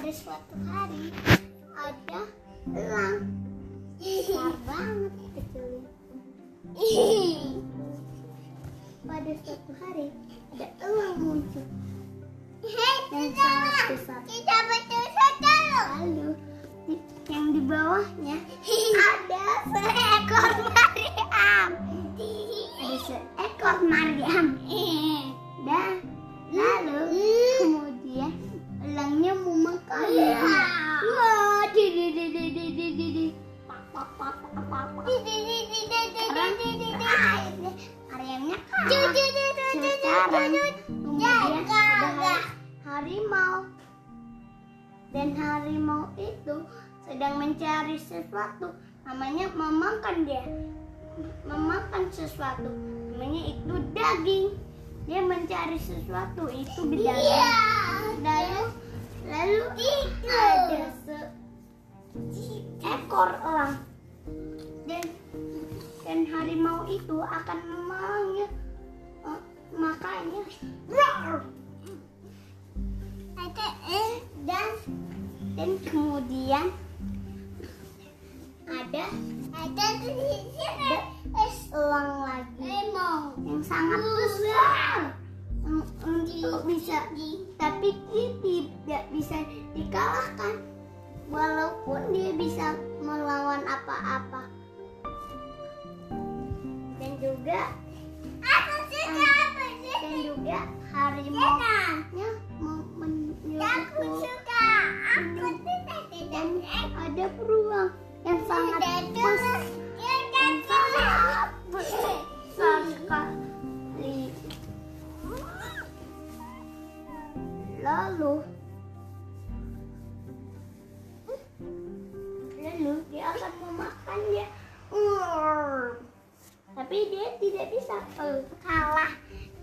Pada suatu hari ada elang besar banget kecilnya. Pada suatu hari ada elang muncul yang sangat besar. Tidak betul saja. Lalu yang di bawahnya ada seekor Mariam. Ada seekor Mariam. Dan lalu kemudian elangnya mau makan. Wah, Mariamnya sekarang kemudian ada harimau. Dan harimau itu sedang mencari sesuatu, namanya memakan dia. Memakan sesuatu, namanya itu daging. Dia mencari sesuatu, itu daging. Lalu ada seekor elang. Dan harimau itu akan memanggil makanya. Dan kemudian ada elang lagi yang sangat besar, untuk bisa, tapi dia tidak bisa dikalahkan walaupun dia bisa melawan apa-apa. Dan juga harimau-nya dan ada beruang yang sangat besar sekali. Lalu dia akan memakannya. Tapi dia tidak bisa kalah